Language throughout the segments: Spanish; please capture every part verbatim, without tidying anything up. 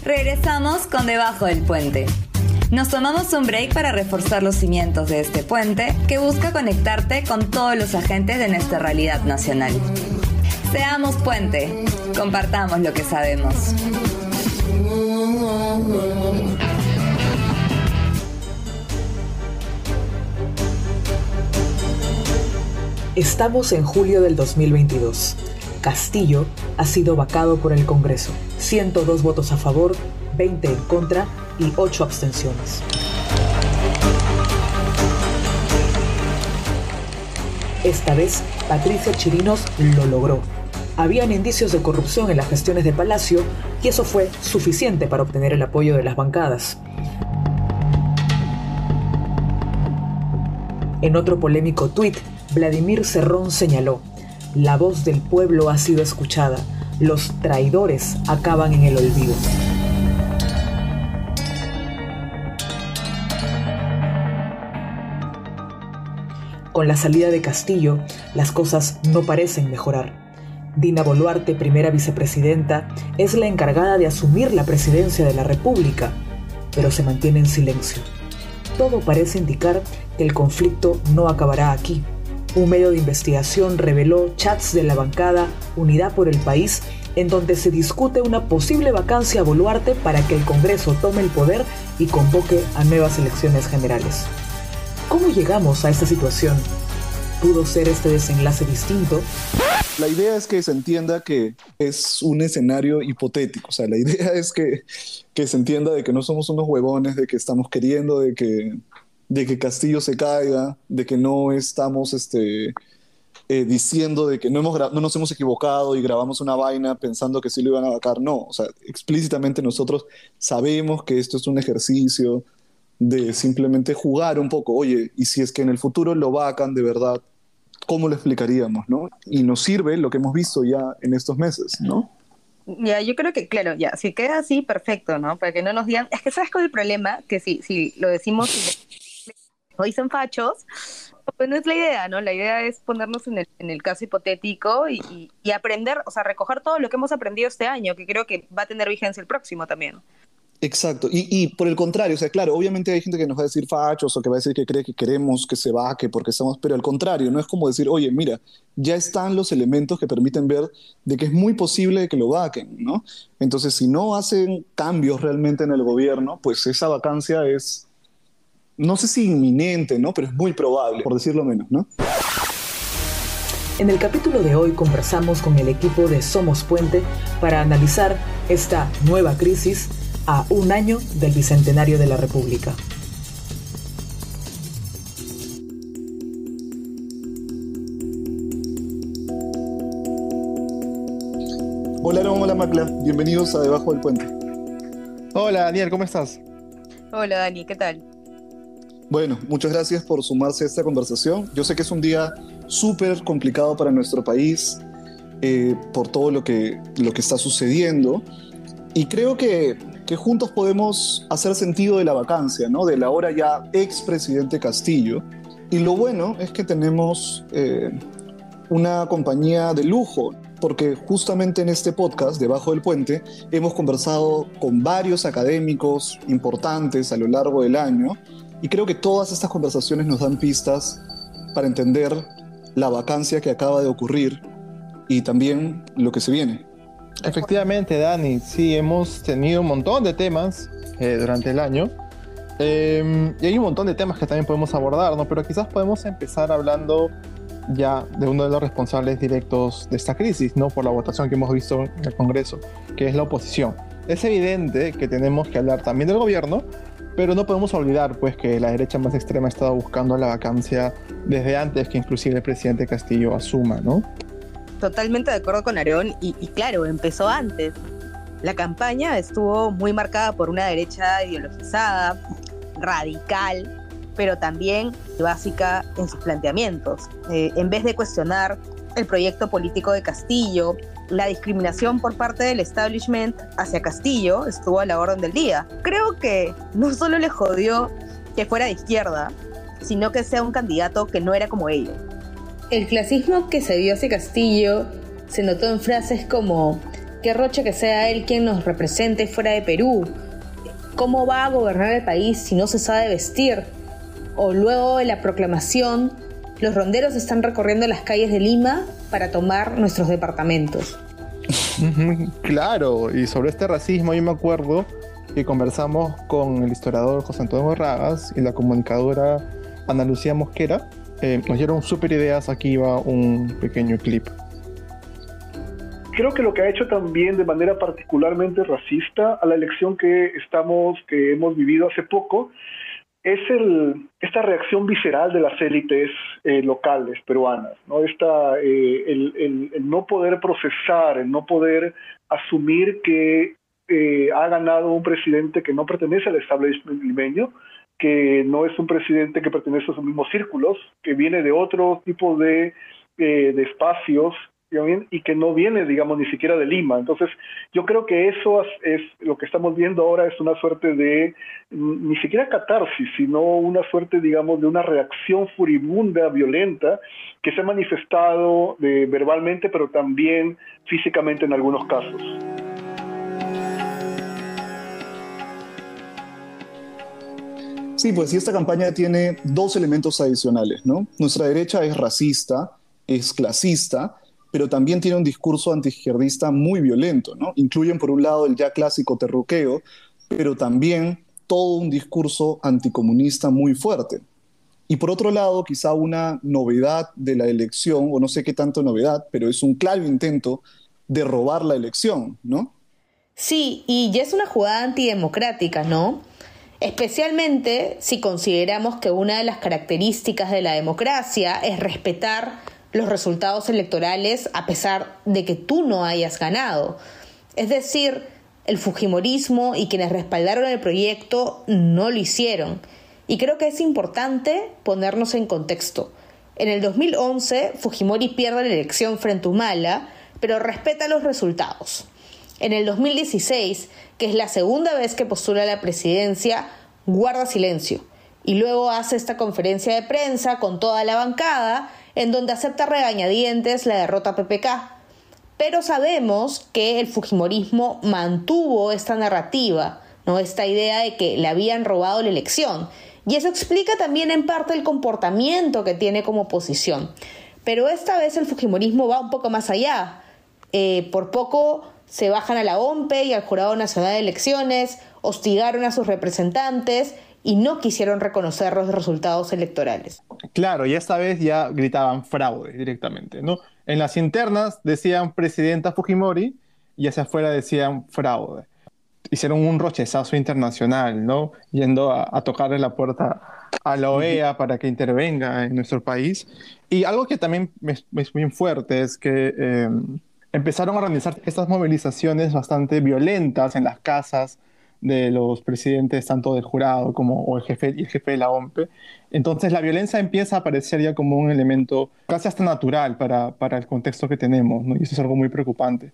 Regresamos con Debajo del Puente. Nos tomamos un break para reforzar los cimientos de este puente que busca conectarte con todos los agentes de nuestra realidad nacional. Seamos puente, compartamos lo que sabemos. Estamos en julio del dos mil veintidós. Castillo ha sido vacado por el Congreso. ciento dos votos a favor, veinte en contra y ocho abstenciones. Esta vez, Patricia Chirinos lo logró. Habían indicios de corrupción en las gestiones de Palacio y eso fue suficiente para obtener el apoyo de las bancadas. En otro polémico tuit, Vladimir Cerrón señaló: la voz del pueblo ha sido escuchada, los traidores acaban en el olvido. Con la salida de Castillo, las cosas no parecen mejorar. Dina Boluarte, primera vicepresidenta, es la encargada de asumir la presidencia de la República, pero se mantiene en silencio. Todo parece indicar que el conflicto no acabará aquí. Un medio de investigación reveló chats de la bancada Unidad por el País en donde se discute una posible vacancia a Boluarte para que el Congreso tome el poder y convoque a nuevas elecciones generales. ¿Cómo llegamos a esta situación? ¿Pudo ser este desenlace distinto? La idea es que se entienda que es un escenario hipotético. O sea, la idea es que, que se entienda de que no somos unos huevones, de que estamos queriendo de que, de que Castillo se caiga, de que no estamos este, eh, diciendo de que no, hemos gra- no nos hemos equivocado y grabamos una vaina pensando que sí lo iban a vacar. No, o sea, explícitamente nosotros sabemos que esto es un ejercicio de simplemente jugar un poco. Oye, y si es que en el futuro lo vacan de verdad, ¿cómo lo explicaríamos, no? Y nos sirve lo que hemos visto ya en estos meses, ¿no? Ya, yo creo que, claro, ya, si queda así, perfecto, ¿no? Para que no nos digan, es que ¿sabes cuál es el problema? Que si, si lo decimos, si lo dicen fachos, pues no es la idea, ¿no? La idea es ponernos en el, en el caso hipotético y, y, y aprender, o sea, recoger todo lo que hemos aprendido este año, que creo que va a tener vigencia el próximo también. Exacto, y, y por el contrario, o sea, claro, obviamente hay gente que nos va a decir fachos o que va a decir que cree que queremos que se vaque porque estamos, pero al contrario, no es como decir, oye, mira, ya están los elementos que permiten ver de que es muy posible que lo vaquen, ¿no? Entonces, si no hacen cambios realmente en el gobierno, pues esa vacancia es, no sé si inminente, ¿no? Pero es muy probable, por decirlo menos, ¿no? En el capítulo de hoy conversamos con el equipo de Somos Puente para analizar esta nueva crisis a un año del Bicentenario de la República. Hola, Aaron, hola, Macla. Bienvenidos a Debajo del Puente. Hola, Daniel, ¿cómo estás? Hola, Dani, ¿qué tal? Bueno, muchas gracias por sumarse a esta conversación. Yo sé que es un día súper complicado para nuestro país eh, por todo lo que, lo que está sucediendo. Y creo que, que juntos podemos hacer sentido de la vacancia, ¿no? Del ahora ya expresidente Castillo. Y lo bueno es que tenemos eh, una compañía de lujo, porque justamente en este podcast, Debajo del Puente, hemos conversado con varios académicos importantes a lo largo del año, y creo que todas estas conversaciones nos dan pistas para entender la vacancia que acaba de ocurrir y también lo que se viene. Efectivamente, Dani, sí, hemos tenido un montón de temas eh, durante el año eh, y hay un montón de temas que también podemos abordar, ¿no? Pero quizás podemos empezar hablando ya de uno de los responsables directos de esta crisis, ¿no? Por la votación que hemos visto en el Congreso, que es la oposición. Es evidente que tenemos que hablar también del gobierno, pero no podemos olvidar pues, que la derecha más extrema ha estado buscando la vacancia desde antes que inclusive el presidente Castillo asuma, ¿no? Totalmente de acuerdo con Aarón y, y claro, empezó antes. La campaña estuvo muy marcada por una derecha ideologizada, radical, pero también básica en sus planteamientos. Eh, en vez de cuestionar el proyecto político de Castillo, la discriminación por parte del establishment hacia Castillo estuvo a la orden del día. Creo que no solo le jodió que fuera de izquierda, sino que sea un candidato que no era como ellos. El clasismo que se vio hacia Castillo se notó en frases como qué roche que sea él quien nos represente fuera de Perú. ¿Cómo va a gobernar el país si no se sabe vestir? O luego de la proclamación, los ronderos están recorriendo las calles de Lima para tomar nuestros departamentos. Claro, y sobre este racismo yo me acuerdo que conversamos con el historiador José Antonio Barragas y la comunicadora Ana Lucía Mosquera. Eh, nos dieron súper ideas, aquí va un pequeño clip. Creo que lo que ha hecho también de manera particularmente racista a la elección que estamos, que hemos vivido hace poco, es el, esta reacción visceral de las élites eh, locales peruanas, ¿no? Esta, eh, el, el, el no poder procesar, el no poder asumir que eh, ha ganado un presidente que no pertenece al establishment limeño, que no es un presidente que pertenece a sus mismos círculos, que viene de otro tipo de, eh, de espacios, y que no viene, digamos, ni siquiera de Lima. Entonces, yo creo que eso es lo que estamos viendo ahora, es una suerte de, ni siquiera catarsis, sino una suerte, digamos, de una reacción furibunda, violenta, que se ha manifestado de, verbalmente, pero también físicamente en algunos casos. Sí, pues y esta campaña tiene dos elementos adicionales, ¿no? Nuestra derecha es racista, es clasista, pero también tiene un discurso antiizquierdista muy violento, ¿no? Incluyen, por un lado, el ya clásico terruqueo, pero también todo un discurso anticomunista muy fuerte. Y por otro lado, quizá una novedad de la elección, o no sé qué tanto novedad, pero es un claro intento de robar la elección, ¿no? Sí, y ya es una jugada antidemocrática, ¿no? Especialmente si consideramos que una de las características de la democracia es respetar los resultados electorales a pesar de que tú no hayas ganado. Es decir, el fujimorismo y quienes respaldaron el proyecto no lo hicieron. Y creo que es importante ponernos en contexto. En el dos mil once, Fujimori pierde la elección frente a Humala, pero respeta los resultados. En el dos mil dieciséis, que es la segunda vez que postula a la presidencia, guarda silencio. Y luego hace esta conferencia de prensa con toda la bancada, en donde acepta regañadientes la derrota P P K. Pero sabemos que el fujimorismo mantuvo esta narrativa, ¿no? Esta idea de que le habían robado la elección. Y eso explica también en parte el comportamiento que tiene como oposición. Pero esta vez el fujimorismo va un poco más allá. Eh, por poco se bajan a la O M P y al Jurado Nacional de Elecciones, hostigaron a sus representantes y no quisieron reconocer los resultados electorales. Claro, y esta vez ya gritaban fraude directamente, ¿no? En las internas decían presidenta Fujimori y hacia afuera decían fraude. Hicieron un rochezazo internacional, ¿no? Yendo a, a tocarle la puerta a la O E A para que intervenga en nuestro país. Y algo que también es, es muy fuerte es que eh, empezaron a organizar estas movilizaciones bastante violentas en las casas de los presidentes tanto del jurado como o el jefe y el jefe de la O M P. Entonces la violencia empieza a aparecer ya como un elemento casi hasta natural para, para el contexto que tenemos, ¿no? Y eso es algo muy preocupante.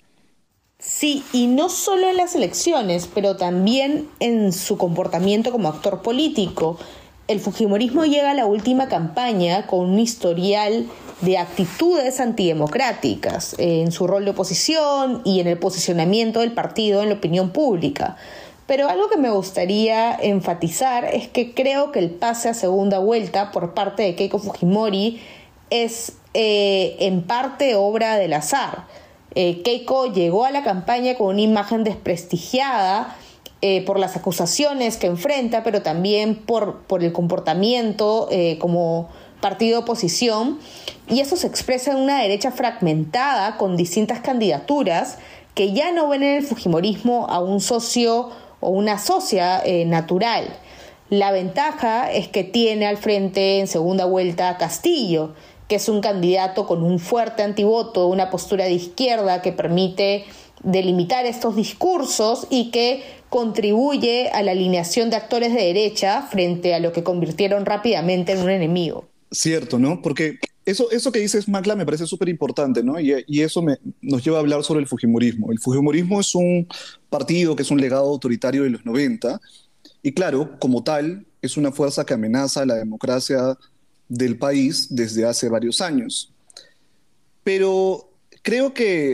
Sí, y no solo en las elecciones, pero también en su comportamiento como actor político. El fujimorismo llega a la última campaña con un historial de actitudes antidemocráticas eh, en su rol de oposición y en el posicionamiento del partido en la opinión pública. Pero algo que me gustaría enfatizar es que creo que el pase a segunda vuelta por parte de Keiko Fujimori es eh, en parte obra del azar. Eh, Keiko llegó a la campaña con una imagen desprestigiada eh, por las acusaciones que enfrenta, pero también por, por el comportamiento eh, como partido de oposición. Y eso se expresa en una derecha fragmentada con distintas candidaturas que ya no ven en el fujimorismo a un socio o una socia eh, natural. La ventaja es que tiene al frente en segunda vuelta a Castillo, que es un candidato con un fuerte antivoto, una postura de izquierda que permite delimitar estos discursos y que contribuye a la alineación de actores de derecha frente a lo que convirtieron rápidamente en un enemigo. Cierto, ¿no? Porque eso, eso que dices, Macla, me parece súper importante, ¿no? Y, y eso me, nos lleva a hablar sobre el fujimorismo. El fujimorismo es un partido que es un legado autoritario de los noventa y claro, como tal, es una fuerza que amenaza a la democracia del país desde hace varios años. Pero creo que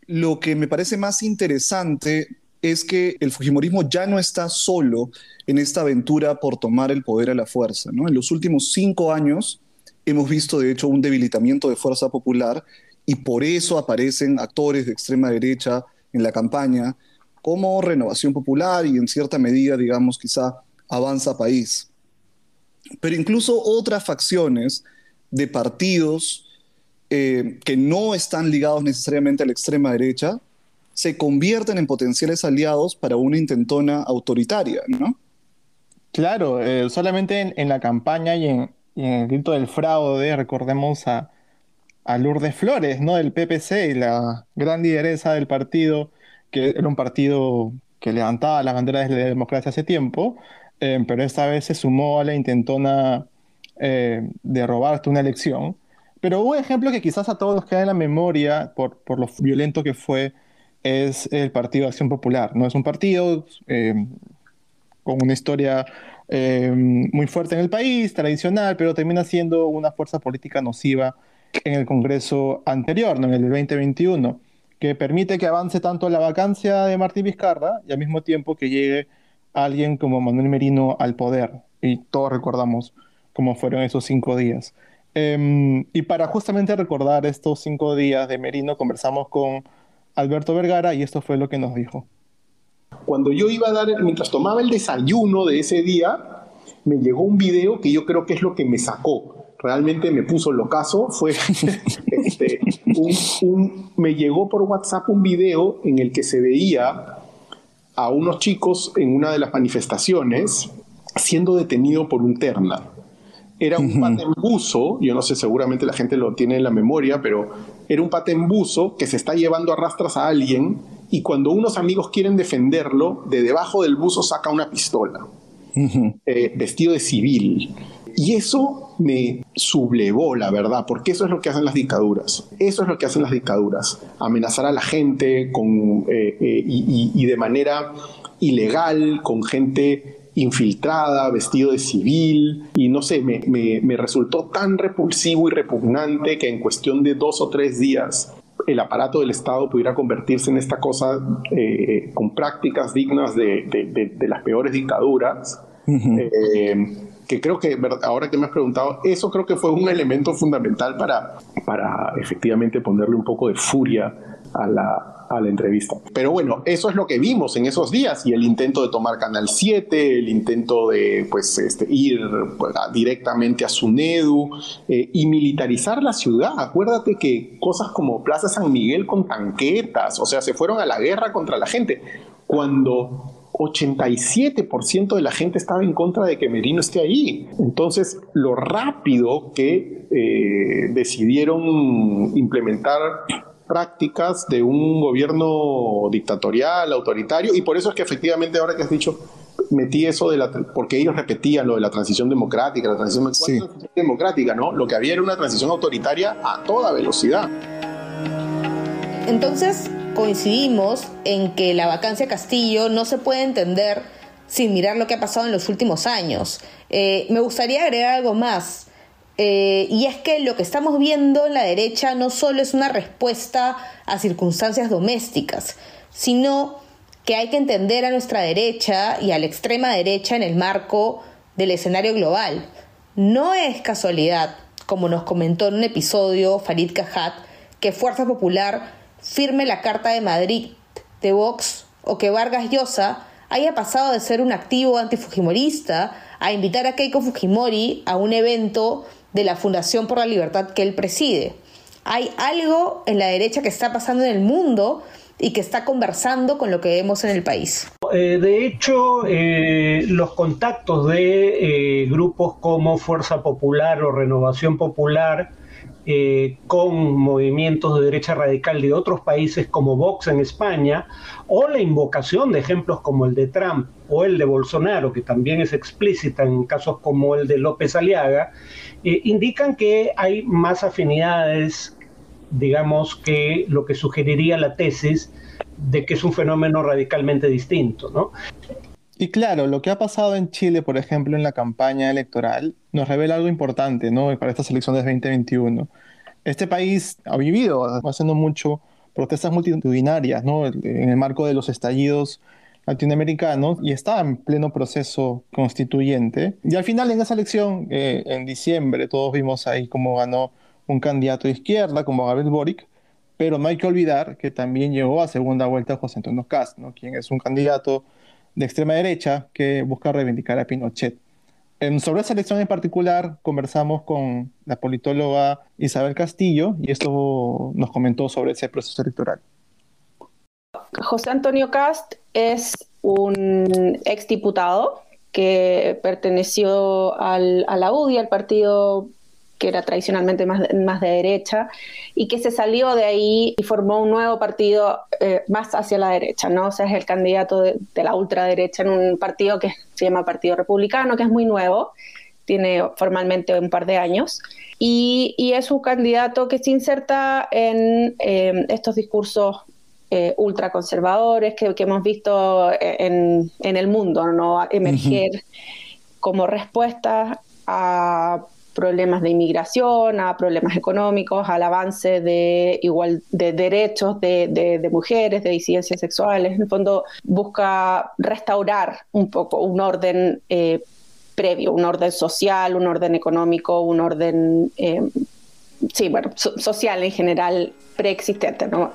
lo que me parece más interesante es que el fujimorismo ya no está solo en esta aventura por tomar el poder a la fuerza, ¿no? En los últimos cinco años hemos visto, de hecho, un debilitamiento de Fuerza Popular y por eso aparecen actores de extrema derecha en la campaña como Renovación Popular y en cierta medida, digamos, quizá Avanza País. Pero incluso otras facciones de partidos eh, que no están ligados necesariamente a la extrema derecha se convierten en potenciales aliados para una intentona autoritaria, ¿no? Claro, eh, solamente en, en la campaña y en, y en el grito del fraude, recordemos a, a Lourdes Flores, ¿no? Del P P C, y la gran lideresa del partido, que era un partido que levantaba las banderas de la democracia hace tiempo, eh, pero esta vez se sumó a la intentona eh, de robarte una elección. Pero un ejemplo que quizás a todos nos queda en la memoria por, por lo violento que fue es el Partido de Acción Popular, ¿no? Es un partido eh, con una historia eh, muy fuerte en el país, tradicional, pero termina siendo una fuerza política nociva en el Congreso anterior, ¿no? En el veinte veintiuno, que permite que avance tanto la vacancia de Martín Vizcarra y al mismo tiempo que llegue alguien como Manuel Merino al poder. Y todos recordamos cómo fueron esos cinco días. Eh, y para justamente recordar estos cinco días de Merino, conversamos con Alberto Vergara y esto fue lo que nos dijo. Cuando yo iba a dar, mientras tomaba el desayuno de ese día, me llegó un video que yo creo que es lo que me sacó. Realmente me puso locazo. Fue, este, un, un, me llegó por WhatsApp un video en el que se veía a unos chicos en una de las manifestaciones siendo detenido por un terna. Era un uh-huh. patembuzo, yo no sé, seguramente la gente lo tiene en la memoria, pero era un patembuzo que se está llevando a rastras a alguien y cuando unos amigos quieren defenderlo, de debajo del buzo saca una pistola, uh-huh. eh, vestido de civil. Y eso me sublevó, la verdad, porque eso es lo que hacen las dictaduras. Eso es lo que hacen las dictaduras. Amenazar a la gente con, eh, eh, y, y, y de manera ilegal, con gente infiltrada, vestido de civil, y no sé, me, me, me resultó tan repulsivo y repugnante que en cuestión de dos o tres días el aparato del Estado pudiera convertirse en esta cosa eh, con prácticas dignas de, de, de, de las peores dictaduras. Uh-huh. eh, que creo que, ahora que me has preguntado, eso creo que fue un elemento fundamental para, para efectivamente ponerle un poco de furia a la, a la entrevista. Pero bueno, eso es lo que vimos en esos días, y el intento de tomar Canal siete, el intento de pues, este, ir pues, directamente a Sunedu eh, y militarizar la ciudad. Acuérdate que cosas como Plaza San Miguel con tanquetas, o sea, se fueron a la guerra contra la gente, cuando ochenta y siete por ciento de la gente estaba en contra de que Merino esté ahí. Entonces, lo rápido que eh, decidieron implementar prácticas de un gobierno dictatorial, autoritario, y por eso es que efectivamente ahora que has dicho, metí eso de la, porque ellos repetían lo de la transición democrática, la transición, sí. democrática, ¿no? Lo que había era una transición autoritaria a toda velocidad. Entonces, coincidimos en que la vacancia Castillo no se puede entender sin mirar lo que ha pasado en los últimos años. Eh, me gustaría agregar algo más. Eh, y es que lo que estamos viendo en la derecha no solo es una respuesta a circunstancias domésticas, sino que hay que entender a nuestra derecha y a la extrema derecha en el marco del escenario global. No es casualidad, como nos comentó en un episodio Farid Cajat, que Fuerza Popular firme la Carta de Madrid de Vox o que Vargas Llosa haya pasado de ser un activo antifujimorista a invitar a Keiko Fujimori a un evento de la Fundación por la Libertad que él preside. Hay algo en la derecha que está pasando en el mundo y que está conversando con lo que vemos en el país. Eh, de hecho, eh, los contactos de eh, grupos como Fuerza Popular o Renovación Popular eh, con movimientos de derecha radical de otros países como Vox en España, o la invocación de ejemplos como el de Trump o el de Bolsonaro, que también es explícita en casos como el de López Aliaga, eh, indican que hay más afinidades, digamos, que lo que sugeriría la tesis de que es un fenómeno radicalmente distinto, ¿no? Y claro, lo que ha pasado en Chile, por ejemplo, en la campaña electoral, nos revela algo importante, ¿no? Para estas elecciones veinte veintiuno. Este país ha vivido hace no mucho protestas multitudinarias, ¿no? En el marco de los estallidos latinoamericanos, y estaba en pleno proceso constituyente. Y al final, en esa elección, eh, en diciembre, todos vimos ahí cómo ganó un candidato de izquierda, como Gabriel Boric, pero no hay que olvidar que también llegó a segunda vuelta José Antonio Kast, ¿no? Quien es un candidato de extrema derecha que busca reivindicar a Pinochet. En, sobre esa elección en particular, conversamos con la politóloga Isabel Castillo, y esto nos comentó sobre ese proceso electoral. José Antonio Kast es un exdiputado que perteneció al, a la U D I, al partido que era tradicionalmente más, más de derecha, y que se salió de ahí y formó un nuevo partido eh, más hacia la derecha, ¿no? O sea, es el candidato de, de la ultraderecha en un partido que se llama Partido Republicano, que es muy nuevo, tiene formalmente un par de años, y, y es un candidato que se inserta en eh, estos discursos eh, ultraconservadores que, que hemos visto en, en el mundo, ¿no? Emerger uh-huh. como respuesta a problemas de inmigración, a problemas económicos, al avance de igual de derechos de, de, de mujeres, de disidencias sexuales. En el fondo busca restaurar un poco un orden eh, previo, un orden social, un orden económico, un orden eh, sí, bueno, so- social en general preexistente, ¿no?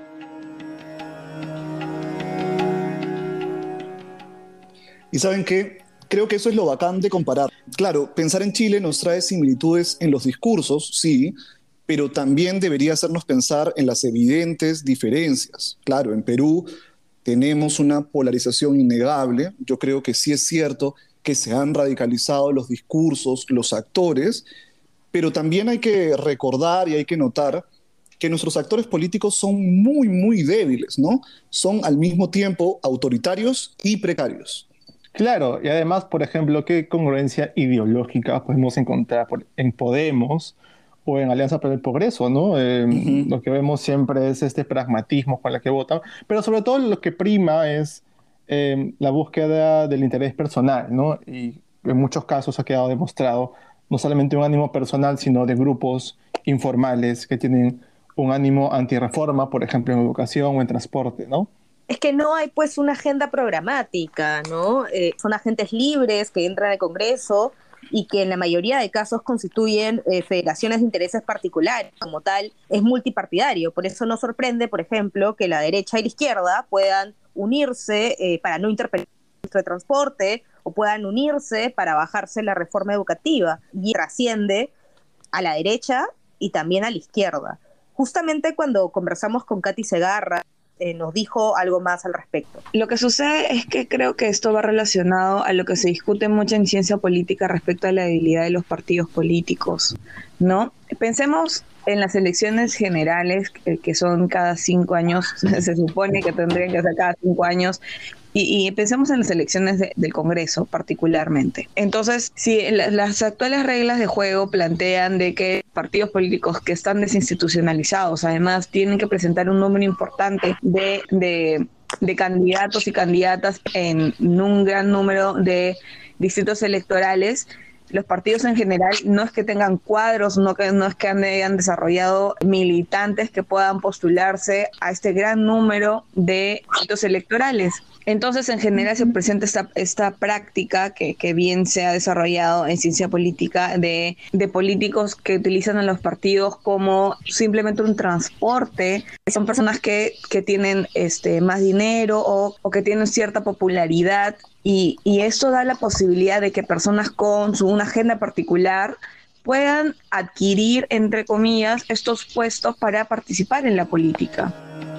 ¿Y saben qué? Creo que eso es lo bacán de comparar. Claro, pensar en Chile nos trae similitudes en los discursos, sí, pero también debería hacernos pensar en las evidentes diferencias. Claro, en Perú tenemos una polarización innegable. Yo creo que sí es cierto que se han radicalizado los discursos, los actores, pero también hay que recordar y hay que notar que nuestros actores políticos son muy, muy débiles, ¿no? Son al mismo tiempo autoritarios y precarios. Claro, y además, por ejemplo, ¿qué congruencia ideológica podemos encontrar en Podemos o en Alianza para el Progreso, ¿no? Eh, uh-huh. Lo que vemos siempre es este pragmatismo con el que votan, pero sobre todo lo que prima es eh, la búsqueda del interés personal, ¿no? Y en muchos casos ha quedado demostrado no solamente un ánimo personal, sino de grupos informales que tienen un ánimo antirreforma, por ejemplo, en educación o en transporte, ¿no? Es que no hay pues una agenda programática, ¿no? Eh, son agentes libres que entran al Congreso y que en la mayoría de casos constituyen eh, federaciones de intereses particulares. Como tal, es multipartidario. Por eso no sorprende, por ejemplo, que la derecha y la izquierda puedan unirse eh, para no interpelar el ministro de Transporte o puedan unirse para bajarse la reforma educativa, y trasciende a la derecha y también a la izquierda. Justamente cuando conversamos con Katy Segarra, Eh, nos dijo algo más al respecto. Lo que sucede es que creo que esto va relacionado a lo que se discute mucho en ciencia política respecto a la debilidad de los partidos políticos, ¿no? Pensemos en las elecciones generales, que, que son cada cinco años, se supone que tendrían que ser cada cinco años, y, y pensemos en las elecciones de, del Congreso particularmente. Entonces, si la, las actuales reglas de juego plantean de que partidos políticos que están desinstitucionalizados, además, tienen que presentar un número importante de, de, de candidatos y candidatas en, en un gran número de distritos electorales, los partidos en general no es que tengan cuadros, no, que, no es que hayan desarrollado militantes que puedan postularse a este gran número de distritos electorales. Entonces, en general, se presenta esta, esta práctica que, que bien se ha desarrollado en ciencia política de, de políticos que utilizan a los partidos como simplemente un transporte. Son personas que, que tienen este, más dinero o, o que tienen cierta popularidad, y, y esto da la posibilidad de que personas con su, una agenda particular puedan adquirir, entre comillas, estos puestos para participar en la política.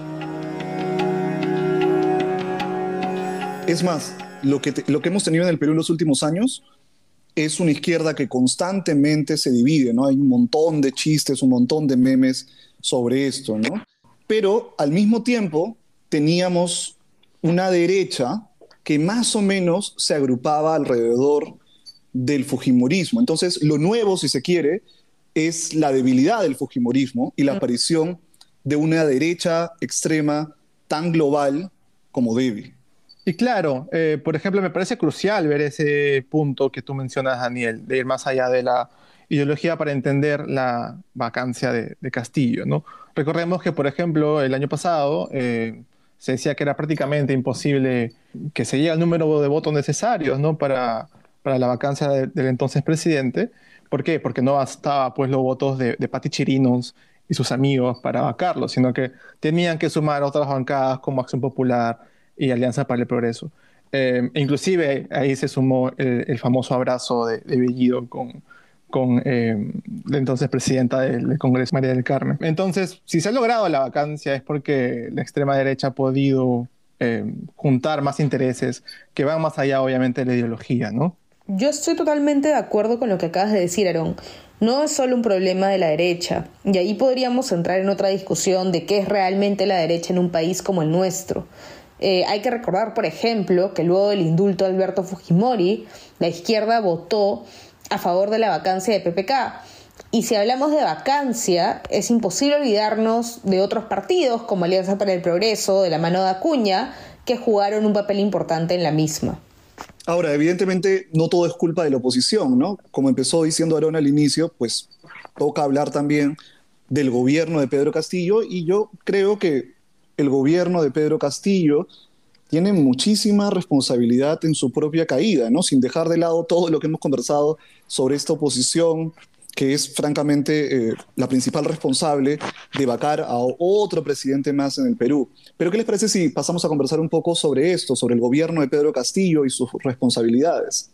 Es más, lo que, te, lo que hemos tenido en el Perú en los últimos años es una izquierda que constantemente se divide, ¿no? Hay un montón de chistes, un montón de memes sobre esto, ¿no? Pero al mismo tiempo teníamos una derecha que más o menos se agrupaba alrededor del fujimorismo. Entonces, lo nuevo, si se quiere, es la debilidad del fujimorismo y la aparición de una derecha extrema tan global como débil. Y claro, eh, por ejemplo, me parece crucial ver ese punto que tú mencionas, Daniel, de ir más allá de la ideología para entender la vacancia de, de Castillo, ¿no? Recordemos que, por ejemplo, el año pasado eh, se decía que era prácticamente imposible que se llegue al número de votos necesarios, ¿no? para, para la vacancia de, del entonces presidente. ¿Por qué? Porque no bastaba pues, los votos de, de Pati Chirinos y sus amigos para vacarlo, sino que tenían que sumar otras bancadas como Acción Popular y Alianza para el Progreso. Eh, inclusive ahí se sumó el, el famoso abrazo de, de Bellido con, con eh, la entonces presidenta del, del Congreso, María del Carmen. Entonces, si se ha logrado la vacancia es porque la extrema derecha ha podido eh, juntar más intereses que van más allá, obviamente, de la ideología, ¿no? Yo estoy totalmente de acuerdo con lo que acabas de decir, Aarón. No es solo un problema de la derecha, y ahí podríamos entrar en otra discusión de qué es realmente la derecha en un país como el nuestro. Eh, hay que recordar, por ejemplo, que luego del indulto de Alberto Fujimori, la izquierda votó a favor de la vacancia de P P K. Y si hablamos de vacancia, es imposible olvidarnos de otros partidos como Alianza para el Progreso, de la mano de Acuña, que jugaron un papel importante en la misma. Ahora, evidentemente, no todo es culpa de la oposición, ¿no? Como empezó diciendo Aarón al inicio, pues toca hablar también del gobierno de Pedro Castillo, y yo creo que el gobierno de Pedro Castillo tiene muchísima responsabilidad en su propia caída, ¿no? Sin dejar de lado todo lo que hemos conversado sobre esta oposición, que es francamente eh, la principal responsable de vacar a otro presidente más en el Perú. Pero ¿qué les parece si pasamos a conversar un poco sobre esto, sobre el gobierno de Pedro Castillo y sus responsabilidades?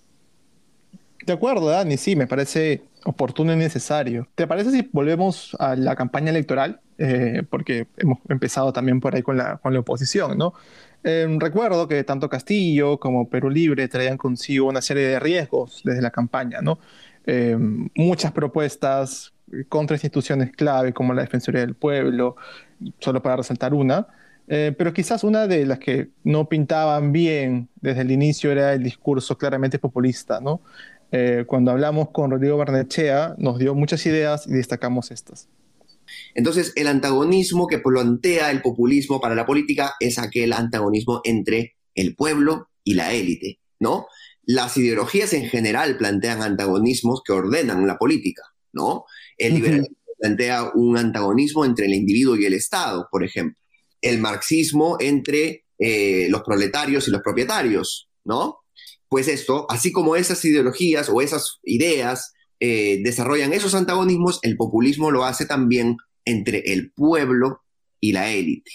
De acuerdo, Dani, sí, me parece oportuno y necesario. ¿Te parece si volvemos a la campaña electoral? Eh, porque hemos empezado también por ahí con la, con la oposición, ¿no? Eh, recuerdo que tanto Castillo como Perú Libre traían consigo una serie de riesgos desde la campaña, ¿no? Eh, muchas propuestas contra instituciones clave como la Defensoría del Pueblo, solo para resaltar una, eh, pero quizás una de las que no pintaban bien desde el inicio era el discurso claramente populista, ¿no? Eh, cuando hablamos con Rodrigo Barnechea nos dio muchas ideas y destacamos estas. Entonces, el antagonismo que plantea el populismo para la política es aquel antagonismo entre el pueblo y la élite, ¿no? Las ideologías en general plantean antagonismos que ordenan la política, ¿no? El liberalismo uh-huh. plantea un antagonismo entre el individuo y el Estado, por ejemplo. El marxismo entre eh, los proletarios y los propietarios, ¿no? Pues esto, así como esas ideologías o esas ideas eh, desarrollan esos antagonismos, el populismo lo hace también entre el pueblo y la élite.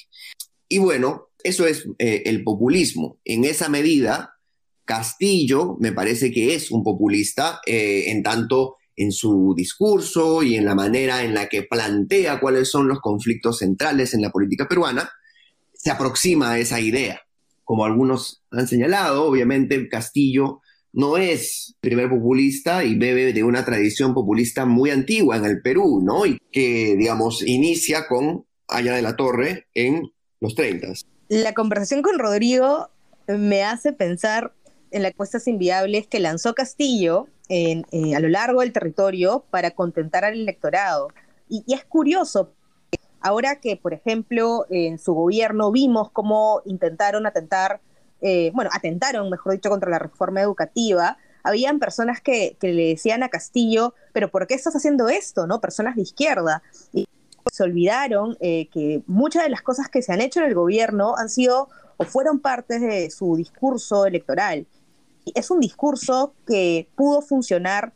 Y bueno, eso es eh, el populismo. En esa medida, Castillo me parece que es un populista eh, en tanto en su discurso y en la manera en la que plantea cuáles son los conflictos centrales en la política peruana, se aproxima a esa idea. Como algunos han señalado, obviamente Castillo no es el primer populista y bebe de una tradición populista muy antigua en el Perú, ¿no? Y que, digamos, inicia con Aya de la Torre en los treinta. La conversación con Rodrigo me hace pensar en las apuestas inviables que lanzó Castillo en, eh, a lo largo del territorio para contentar al electorado. Y, y es curioso, ahora que, por ejemplo, en su gobierno vimos cómo intentaron atentar, eh, bueno, atentaron, mejor dicho, contra la reforma educativa, habían personas que, que le decían a Castillo, pero ¿por qué estás haciendo esto? ¿No? Personas de izquierda. Y se olvidaron eh, que muchas de las cosas que se han hecho en el gobierno han sido o fueron partes de su discurso electoral. Es un discurso que pudo funcionar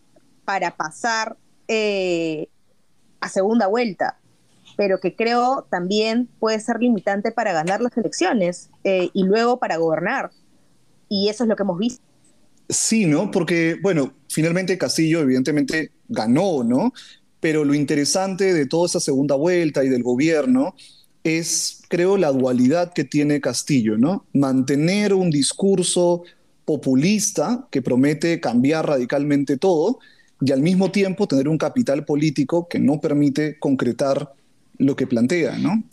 para pasar eh, a segunda vuelta, pero que creo también puede ser limitante para ganar las elecciones eh, y luego para gobernar. Y eso es lo que hemos visto. Sí, ¿no? Porque, bueno, finalmente Castillo evidentemente ganó, ¿no? Pero lo interesante de toda esa segunda vuelta y del gobierno es, creo, la dualidad que tiene Castillo, ¿no? Mantener un discurso populista que promete cambiar radicalmente todo y al mismo tiempo tener un capital político que no permite concretar lo que plantea, ¿no?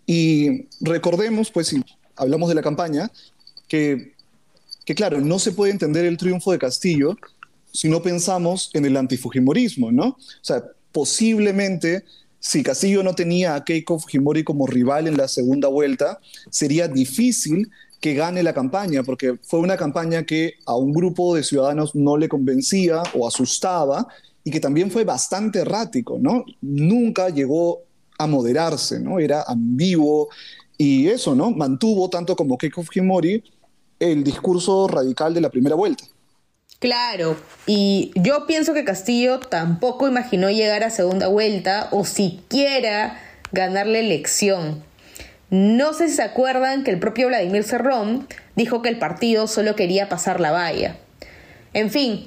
Y recordemos, pues, si hablamos de la campaña, que, que claro, no se puede entender el triunfo de Castillo si no pensamos en el antifujimorismo, ¿no? O sea, posiblemente, si Castillo no tenía a Keiko Fujimori como rival en la segunda vuelta, sería difícil que gane la campaña, porque fue una campaña que a un grupo de ciudadanos no le convencía o asustaba, y que también fue bastante errático, ¿no? Nunca llegó a moderarse, ¿no? Era ambiguo, y eso, ¿no? Mantuvo, tanto como Keiko Fujimori, el discurso radical de la primera vuelta. Claro, y yo pienso que Castillo tampoco imaginó llegar a segunda vuelta o siquiera ganar la elección. No sé si se acuerdan que el propio Vladimir Cerrón dijo que el partido solo quería pasar la valla. En fin,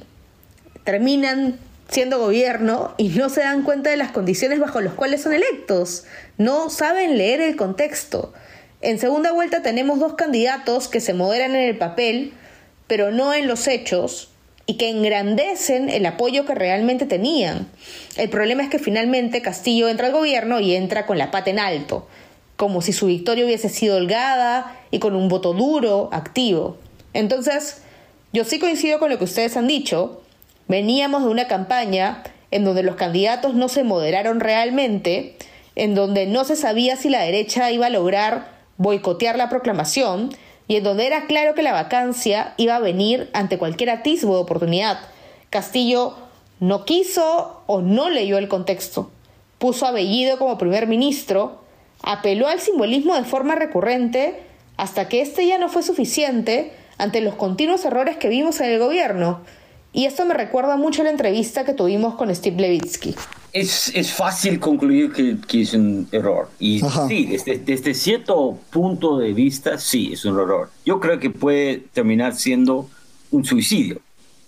terminan siendo gobierno y no se dan cuenta de las condiciones bajo las cuales son electos. No saben leer el contexto. En segunda vuelta tenemos dos candidatos que se moderan en el papel, pero no en los hechos, y que engrandecen el apoyo que realmente tenían. El problema es que finalmente Castillo entra al gobierno y entra con la pata en alto, como si su victoria hubiese sido holgada y con un voto duro, activo. Entonces, yo sí coincido con lo que ustedes han dicho. Veníamos de una campaña en donde los candidatos no se moderaron realmente, en donde no se sabía si la derecha iba a lograr boicotear la proclamación, y en donde era claro que la vacancia iba a venir ante cualquier atisbo de oportunidad. Castillo no quiso o no leyó el contexto. Puso a Bellido como primer ministro, apeló al simbolismo de forma recurrente, hasta que este ya no fue suficiente ante los continuos errores que vimos en el gobierno. Y esto me recuerda mucho a la entrevista que tuvimos con Steve Levitsky. Es, es fácil concluir que, que es un error. Y Ajá. sí, desde, desde cierto punto de vista, sí, es un error. Yo creo que puede terminar siendo un suicidio.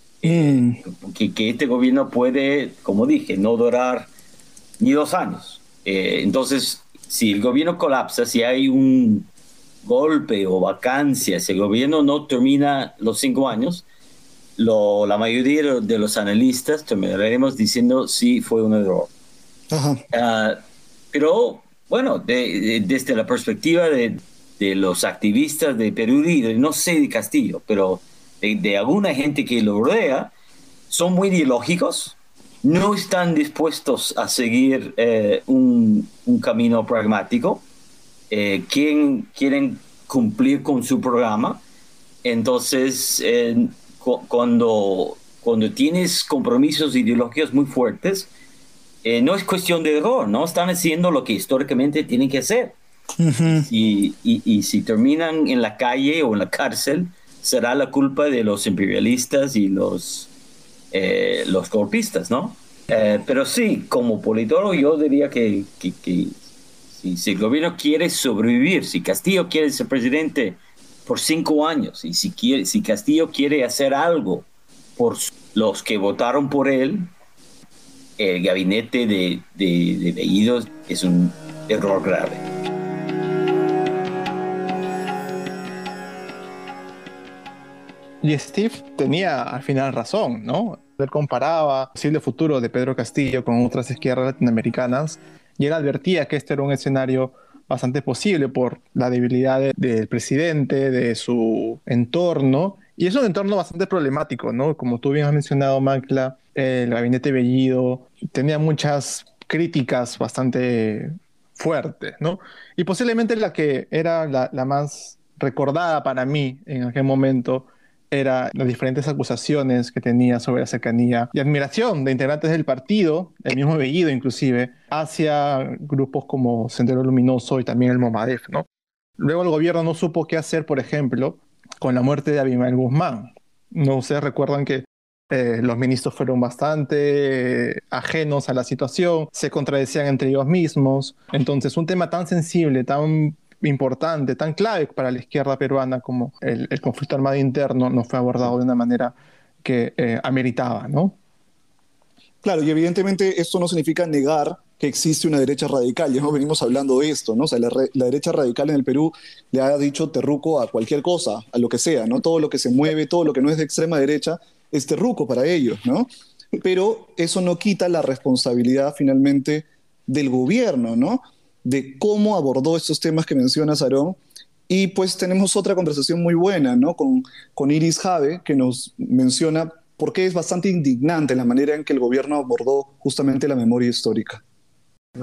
Mm. Eh, que, que este gobierno puede, como dije, no durar ni dos años. Eh, entonces, si el gobierno colapsa, si hay un golpe o vacancia, si el gobierno no termina los cinco años, Lo, la mayoría de los analistas terminaremos diciendo sí fue un error. Uh, pero bueno, de, de, desde la perspectiva de, de los activistas de Perú Libre, no sé de Castillo, pero de, de alguna gente que lo rodea, son muy ideológicos, no están dispuestos a seguir eh, un, un camino pragmático, eh, quieren, quieren cumplir con su programa. Entonces eh, Cuando, cuando tienes compromisos ideológicos muy fuertes, eh, no es cuestión de error, ¿no? Están haciendo lo que históricamente tienen que hacer. Uh-huh. y, y, y si terminan en la calle o en la cárcel, será la culpa de los imperialistas y los, eh, los golpistas, ¿no? Eh, pero sí, como politólogo yo diría que, que, que si, si el gobierno quiere sobrevivir, si Castillo quiere ser presidente por cinco años, y si, quiere, si Castillo quiere hacer algo por los que votaron por él, el gabinete de, de, de Bellido es un error grave. Y Steve tenía al final razón, ¿no? Él comparaba el posible futuro de Pedro Castillo con otras izquierdas latinoamericanas, y él advertía que este era un escenario bastante posible por la debilidad de, del presidente, de su entorno, y es un entorno bastante problemático, ¿no? Como tú bien has mencionado, Mancla, el gabinete Bellido tenía muchas críticas bastante fuertes, ¿no? Y posiblemente la que era la, la más recordada para mí en aquel momento era las diferentes acusaciones que tenía sobre la cercanía y admiración de integrantes del partido, el mismo Bellido inclusive, hacia grupos como Sendero Luminoso y también el Momadef, ¿no? Luego el gobierno no supo qué hacer, por ejemplo, con la muerte de Abimael Guzmán. No ustedes recuerdan que eh, los ministros fueron bastante eh, ajenos a la situación, se contradecían entre ellos mismos. Entonces, un tema tan sensible, tan importante, tan clave para la izquierda peruana como el, el conflicto armado interno no fue abordado de una manera que eh, ameritaba, ¿no? Claro, y evidentemente esto no significa negar que existe una derecha radical, ya no venimos hablando de esto, ¿no? O sea, la, la derecha radical en el Perú le ha dicho terruco a cualquier cosa, a lo que sea, ¿no? Todo lo que se mueve, todo lo que no es de extrema derecha es terruco para ellos, ¿no? Pero eso no quita la responsabilidad finalmente del gobierno, ¿no? De cómo abordó estos temas que mencionas, Aarón. Y pues tenemos otra conversación muy buena, ¿no? Con, con Iris Jave, que nos menciona por qué es bastante indignante la manera en que el gobierno abordó justamente la memoria histórica. ¿No?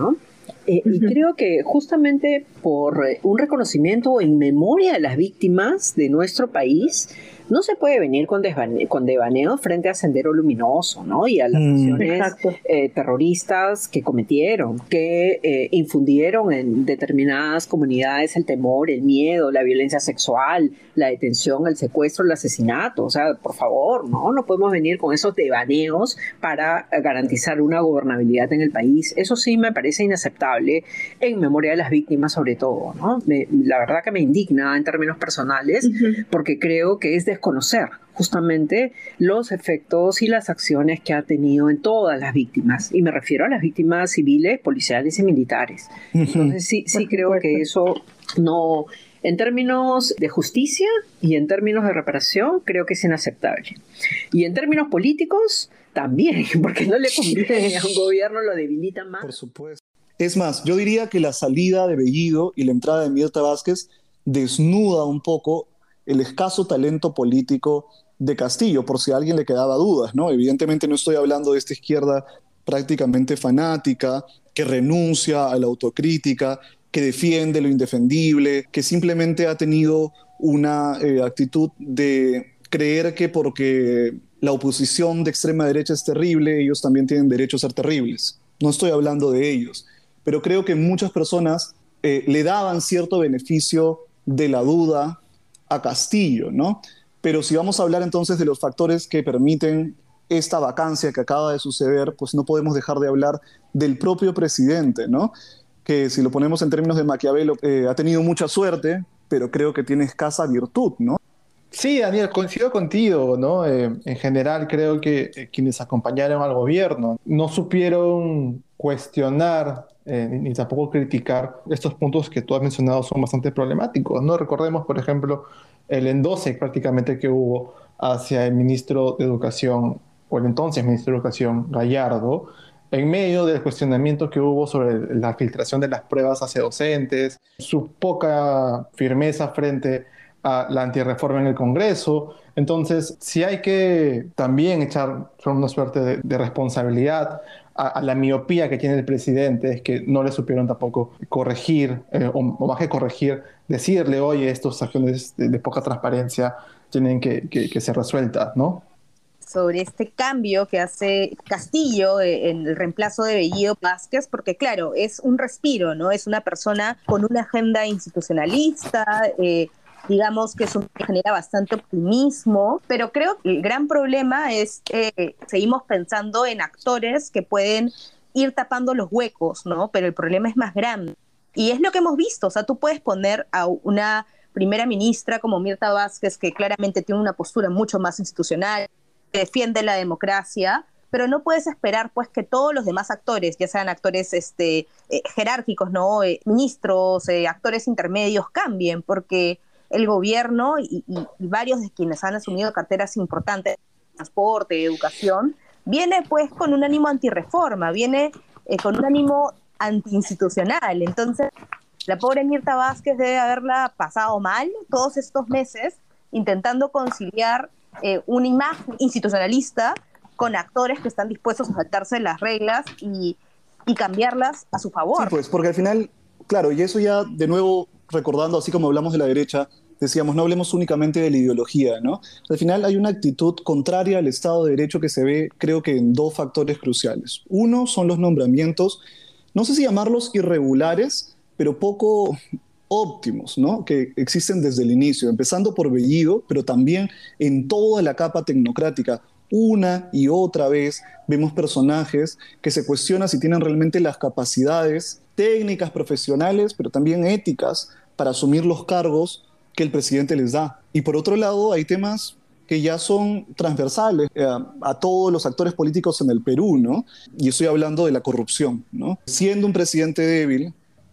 Eh, y creo que justamente por un reconocimiento o en memoria de las víctimas de nuestro país, no se puede venir con, desvane- con devaneo frente a Sendero Luminoso, ¿no? Y a las Mm. acciones eh, terroristas que cometieron, que eh, infundieron en determinadas comunidades el temor, el miedo, la violencia sexual, la detención, el secuestro, el asesinato. O sea, por favor, ¿no? No podemos venir con esos devaneos para garantizar una gobernabilidad en el país. Eso sí me parece inaceptable en memoria de las víctimas, sobre todo, ¿no? Me, la verdad que me indigna en términos personales, uh-huh. porque creo que es desconocer justamente los efectos y las acciones que ha tenido en todas las víctimas, y me refiero a las víctimas civiles, policiales y militares. Uh-huh. Entonces sí, sí creo que eso no, en términos de justicia y en términos de reparación, creo que es inaceptable. Y en términos políticos, también, porque no le conviene a un gobierno, lo debilita más. Por supuesto. Es más, yo diría que la salida de Bellido y la entrada de Mirta Vázquez desnuda un poco el escaso talento político de Castillo, por si a alguien le quedaba dudas, ¿no? Evidentemente no estoy hablando de esta izquierda prácticamente fanática, que renuncia a la autocrítica, que defiende lo indefendible, que simplemente ha tenido una eh, actitud de creer que porque la oposición de extrema derecha es terrible, ellos también tienen derecho a ser terribles. No estoy hablando de ellos, pero creo que muchas personas eh, le daban cierto beneficio de la duda a Castillo, ¿no? Pero si vamos a hablar entonces de los factores que permiten esta vacancia que acaba de suceder, pues no podemos dejar de hablar del propio presidente, ¿no? Que si lo ponemos en términos de Maquiavelo, eh, ha tenido mucha suerte, pero creo que tiene escasa virtud, ¿no? Sí, Daniel, coincido contigo, ¿no? Eh, en general creo que eh, quienes acompañaron al gobierno no supieron cuestionar eh, ni, ni tampoco criticar estos puntos que tú has mencionado son bastante problemáticos, ¿no? Recordemos, por ejemplo, el endose prácticamente que hubo hacia el ministro de Educación, o el entonces ministro de Educación, Gallardo, en medio del cuestionamiento que hubo sobre la filtración de las pruebas hacia docentes, su poca firmeza frente a la antirreforma en el Congreso. Entonces, sí hay que también echar una suerte de, de responsabilidad a, a la miopía que tiene el presidente, es que no le supieron tampoco corregir, eh, o, o más que corregir, decirle, oye, estos acciones de, de poca transparencia tienen que, que, que ser resueltas, ¿no? Sobre este cambio que hace Castillo en el reemplazo de Bellido Vázquez, porque claro, es un respiro, ¿no? Es una persona con una agenda institucionalista, eh, digamos que eso genera bastante optimismo, pero creo que el gran problema es que eh, seguimos pensando en actores que pueden ir tapando los huecos, ¿no? Pero el problema es más grande. Y es lo que hemos visto, o sea, tú puedes poner a una primera ministra como Mirta Vázquez, que claramente tiene una postura mucho más institucional, que defiende la democracia, pero no puedes esperar pues que todos los demás actores, ya sean actores este, eh, jerárquicos, ¿no? Eh, ministros, eh, actores intermedios, cambien, porque el gobierno y, y, y varios de quienes han asumido carteras importantes, transporte, educación, viene pues con un ánimo antirreforma, viene eh, con un ánimo antiinstitucional. Entonces, la pobre Mirta Vázquez debe haberla pasado mal todos estos meses intentando conciliar eh, una imagen institucionalista con actores que están dispuestos a saltarse las reglas y, y cambiarlas a su favor. Sí, pues, porque al final, claro, y eso ya de nuevo recordando, así como hablamos de la derecha, decíamos, no hablemos únicamente de la ideología, ¿no? Al final hay una actitud contraria al Estado de Derecho que se ve, creo que en dos factores cruciales. Uno son los nombramientos, no sé si llamarlos irregulares, pero poco óptimos, ¿no? Que existen desde el inicio, empezando por Bellido, pero también en toda la capa tecnocrática. Una y otra vez vemos personajes que se cuestionan si tienen realmente las capacidades técnicas, profesionales, pero también éticas para asumir los cargos que el presidente les da. Y por otro lado, hay temas que ya son transversales eh, a todos los actores políticos en el Perú, ¿no? Y estoy hablando de la corrupción, ¿no? Siendo un presidente débil,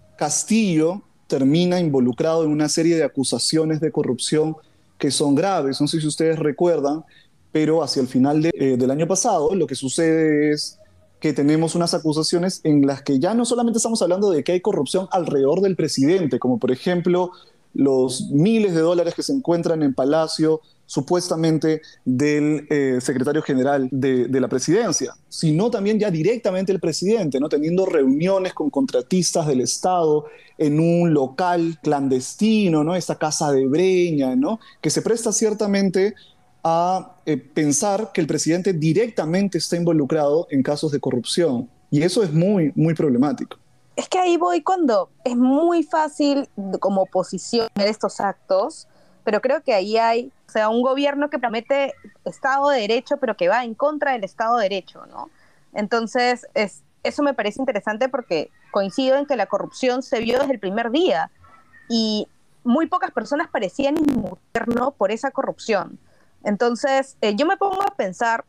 Castillo termina involucrado en una serie de acusaciones de corrupción que son graves. No sé si ustedes recuerdan, pero hacia el final de, eh, del año pasado lo que sucede es que tenemos unas acusaciones en las que ya no solamente estamos hablando de que hay corrupción alrededor del presidente, como por ejemplo los miles de dólares que se encuentran en Palacio, supuestamente del eh, secretario general de, de la presidencia, sino también ya directamente el presidente, ¿no? Teniendo reuniones con contratistas del Estado en un local clandestino, ¿no? Esta casa de Breña, ¿no? Que se presta ciertamente a eh, pensar que el presidente directamente está involucrado en casos de corrupción. Y eso es muy, muy problemático. Es que ahí voy cuando es muy fácil como oposición ver estos actos, pero creo que ahí hay, o sea, un gobierno que promete Estado de Derecho, pero que va en contra del Estado de Derecho, ¿no? Entonces, es, eso me parece interesante porque coincido en que la corrupción se vio desde el primer día y muy pocas personas parecían inmutarnos por esa corrupción. Entonces, eh, yo me pongo a pensar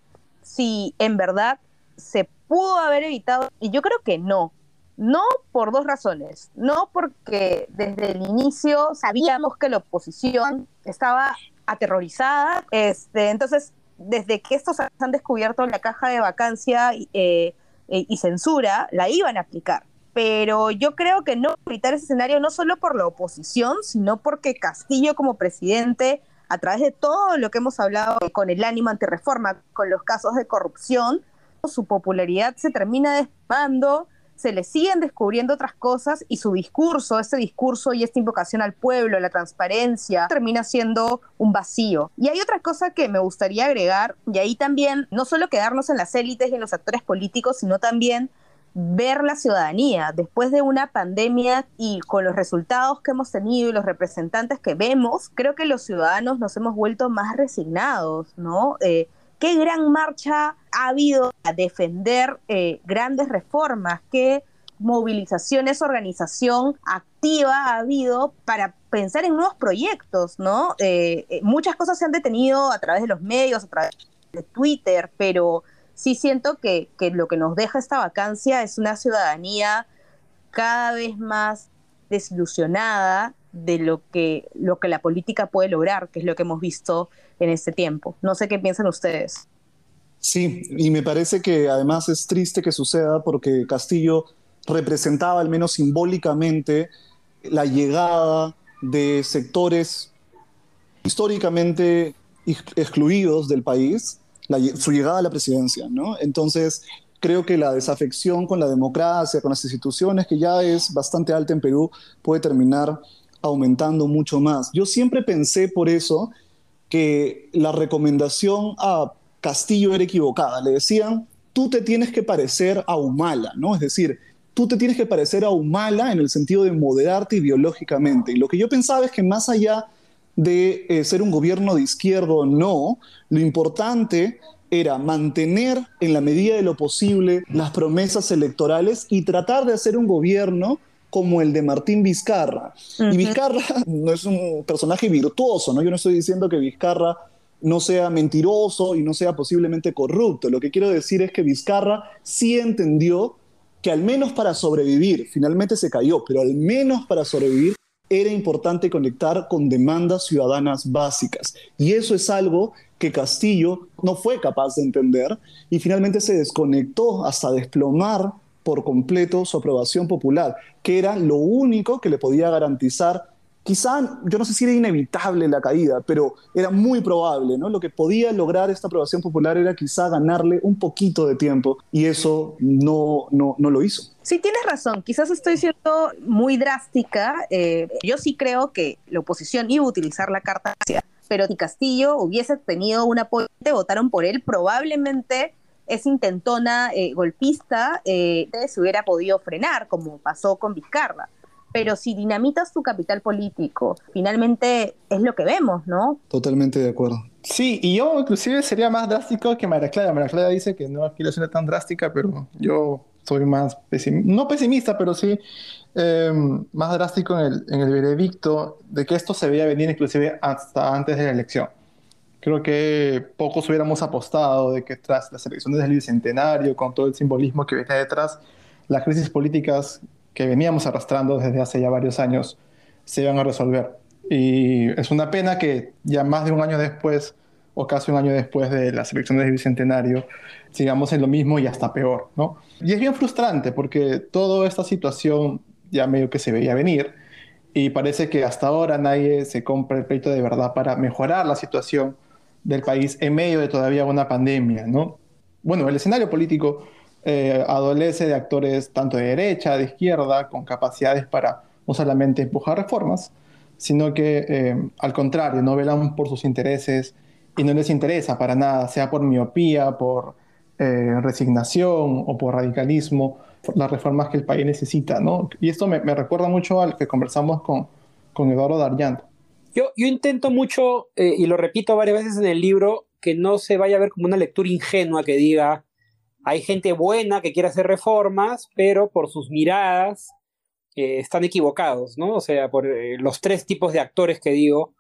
si en verdad se pudo haber evitado, y yo creo que no. No por dos razones. No porque desde el inicio sabíamos que la oposición estaba aterrorizada. Este, entonces, desde que estos han descubierto la caja de vacancia eh, eh, y censura, la iban a aplicar. Pero yo creo que no evitar ese escenario no solo por la oposición, sino porque Castillo como presidente, a través de todo lo que hemos hablado con el ánimo antirreforma, con los casos de corrupción, su popularidad se termina despando, se le siguen descubriendo otras cosas y su discurso, ese discurso y esta invocación al pueblo, a la transparencia, termina siendo un vacío. Y hay otra cosa que me gustaría agregar, y ahí también, no solo quedarnos en las élites y en los actores políticos, sino también ver la ciudadanía. Después de una pandemia y con los resultados que hemos tenido y los representantes que vemos, creo que los ciudadanos nos hemos vuelto más resignados, ¿no? Eh, ¿Qué gran marcha ha habido a defender eh, grandes reformas? ¿Qué movilizaciones, organización activa ha habido para pensar en nuevos proyectos, ¿no? Eh, eh, muchas cosas se han detenido a través de los medios, a través de Twitter, pero sí siento que, que lo que nos deja esta vacancia es una ciudadanía cada vez más desilusionada de lo que, lo que la política puede lograr, que es lo que hemos visto en este tiempo. No sé qué piensan ustedes. Sí, y me parece que además es triste que suceda porque Castillo representaba, al menos simbólicamente, la llegada de sectores históricamente excluidos del país, la, su llegada a la presidencia, ¿no? Entonces, creo que la desafección con la democracia, con las instituciones, que ya es bastante alta en Perú, puede terminar aumentando mucho más. Yo siempre pensé por eso que la recomendación a Castillo era equivocada. Le decían, tú te tienes que parecer a Humala, ¿no? Es decir, tú te tienes que parecer a Humala en el sentido de moderarte ideológicamente. Y lo que yo pensaba es que más allá de eh, ser un gobierno de izquierda o no, lo importante era mantener en la medida de lo posible las promesas electorales y tratar de hacer un gobierno como el de Martín Vizcarra. Uh-huh. Y Vizcarra no es un personaje virtuoso, ¿no? Yo no estoy diciendo que Vizcarra no sea mentiroso y no sea posiblemente corrupto. Lo que quiero decir es que Vizcarra sí entendió que al menos para sobrevivir, finalmente se cayó, pero al menos para sobrevivir era importante conectar con demandas ciudadanas básicas. Y eso es algo que Castillo no fue capaz de entender y finalmente se desconectó hasta desplomar por completo su aprobación popular, que era lo único que le podía garantizar, quizá, yo no sé si era inevitable la caída, pero era muy probable, ¿no? Lo que podía lograr esta aprobación popular era quizá ganarle un poquito de tiempo, y eso no, no, no lo hizo. Sí, tienes razón, quizás estoy siendo muy drástica, eh, yo sí creo que la oposición iba a utilizar la carta, pero si Castillo hubiese tenido un apoyo, votaron por él, probablemente esa intentona eh, golpista eh, se hubiera podido frenar, como pasó con Vizcarra. Pero si dinamitas tu capital político, finalmente es lo que vemos, ¿no? Totalmente de acuerdo. Sí, y yo inclusive sería más drástico que María Clara. María Clara dice que no quiero ser tan drástica, pero yo soy más pesimista, no pesimista, pero sí eh, más drástico en el, en el veredicto de que esto se veía venir inclusive hasta antes de la elección. Creo que pocos hubiéramos apostado de que tras las elecciones del Bicentenario, con todo el simbolismo que venía detrás, las crisis políticas que veníamos arrastrando desde hace ya varios años se iban a resolver. Y es una pena que ya más de un año después, o casi un año después de las elecciones del Bicentenario, sigamos en lo mismo y hasta peor, ¿no? Y es bien frustrante porque toda esta situación ya medio que se veía venir y parece que hasta ahora nadie se compra el pleito de verdad para mejorar la situación del país en medio de todavía una pandemia, ¿no? Bueno, el escenario político eh, adolece de actores tanto de derecha, de izquierda, con capacidades para no solamente empujar reformas, sino que eh, al contrario, no velan por sus intereses y no les interesa para nada, sea por miopía, por eh, resignación o por radicalismo, por las reformas que el país necesita, ¿no? Y esto me, me recuerda mucho al que conversamos con, con Eduardo Darllán. Yo, yo intento mucho, eh, y lo repito varias veces en el libro, que no se vaya a ver como una lectura ingenua que diga hay gente buena que quiere hacer reformas, pero por sus miradas eh, están equivocados, ¿no? O sea, por eh, los tres tipos de actores que digo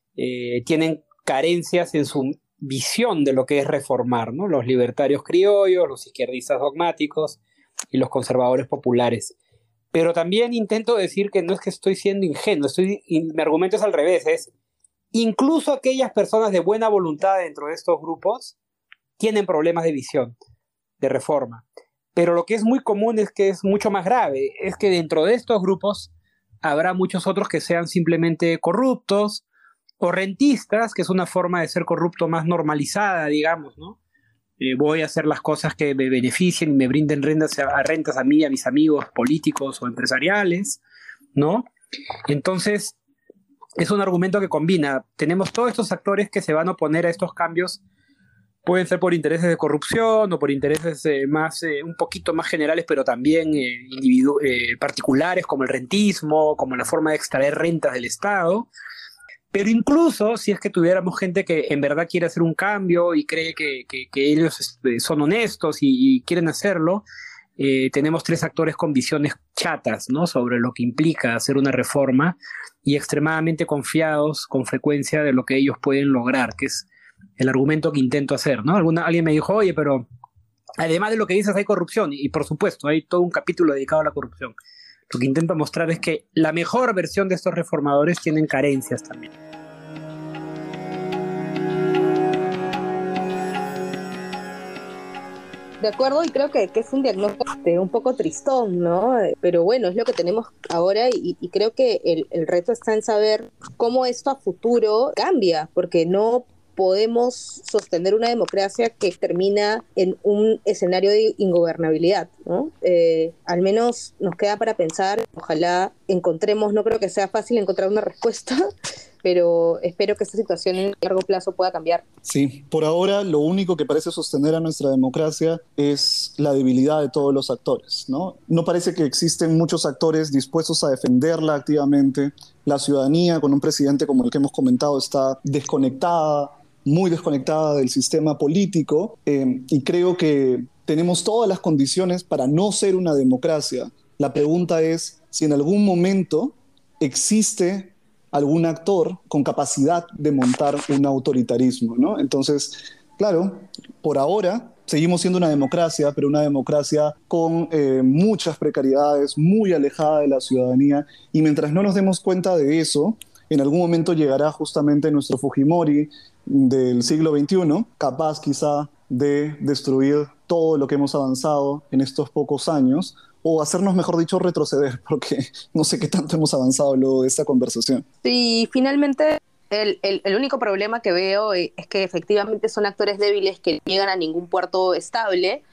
eh, tienen carencias en su visión de lo que es reformar, ¿no? Los libertarios criollos, los izquierdistas dogmáticos y los conservadores populares. Pero también intento decir que no es que estoy siendo ingenuo, estoy, mi argumento es al revés, es incluso aquellas personas de buena voluntad dentro de estos grupos tienen problemas de visión, de reforma. Pero lo que es muy común es que es mucho más grave, es que dentro de estos grupos habrá muchos otros que sean simplemente corruptos o rentistas, que es una forma de ser corrupto más normalizada, digamos, ¿no? Eh, voy a hacer las cosas que me beneficien y me brinden rentas a, rentas a mí y a mis amigos políticos o empresariales, ¿no? Entonces, es un argumento que combina. Tenemos todos estos actores que se van a oponer a estos cambios, pueden ser por intereses de corrupción o por intereses eh, más, eh, un poquito más generales, pero también eh, individu- eh, particulares, como el rentismo, como la forma de extraer rentas del Estado. Pero incluso si es que tuviéramos gente que en verdad quiere hacer un cambio y cree que, que, que ellos son honestos y, y quieren hacerlo, eh, tenemos tres actores con visiones chatas, ¿no? Sobre lo que implica hacer una reforma y extremadamente confiados con frecuencia de lo que ellos pueden lograr, que es el argumento que intento hacer, ¿no? Alguna, alguien me dijo, oye, pero además de lo que dices hay corrupción, y, y por supuesto hay todo un capítulo dedicado a la corrupción. Lo que intento mostrar es que la mejor versión de estos reformadores tienen carencias también. De acuerdo, y creo que, que es un diagnóstico este, un poco tristón, ¿no? Pero bueno, es lo que tenemos ahora y, y creo que el, el reto está en saber cómo esto a futuro cambia, porque no podemos sostener una democracia que termina en un escenario de ingobernabilidad, ¿no? Eh, al menos nos queda para pensar, ojalá encontremos, no creo que sea fácil encontrar una respuesta, pero espero que esta situación en largo plazo pueda cambiar. Sí, por ahora lo único que parece sostener a nuestra democracia es la debilidad de todos los actores, ¿no? No parece que existen muchos actores dispuestos a defenderla activamente. La ciudadanía, con un presidente como el que hemos comentado, está desconectada, muy desconectada del sistema político, eh, y creo que tenemos todas las condiciones para no ser una democracia. La pregunta es si en algún momento existe algún actor con capacidad de montar un autoritarismo, ¿no? Entonces, claro, por ahora seguimos siendo una democracia, pero una democracia con eh, muchas precariedades, muy alejada de la ciudadanía, y mientras no nos demos cuenta de eso, en algún momento llegará justamente nuestro Fujimori del siglo veintiuno, capaz quizá de destruir todo lo que hemos avanzado en estos pocos años, o hacernos, mejor dicho, retroceder, porque no sé qué tanto hemos avanzado luego de esta conversación. Sí, finalmente el, el, el único problema que veo es que efectivamente son actores débiles que no llegan a ningún puerto estable,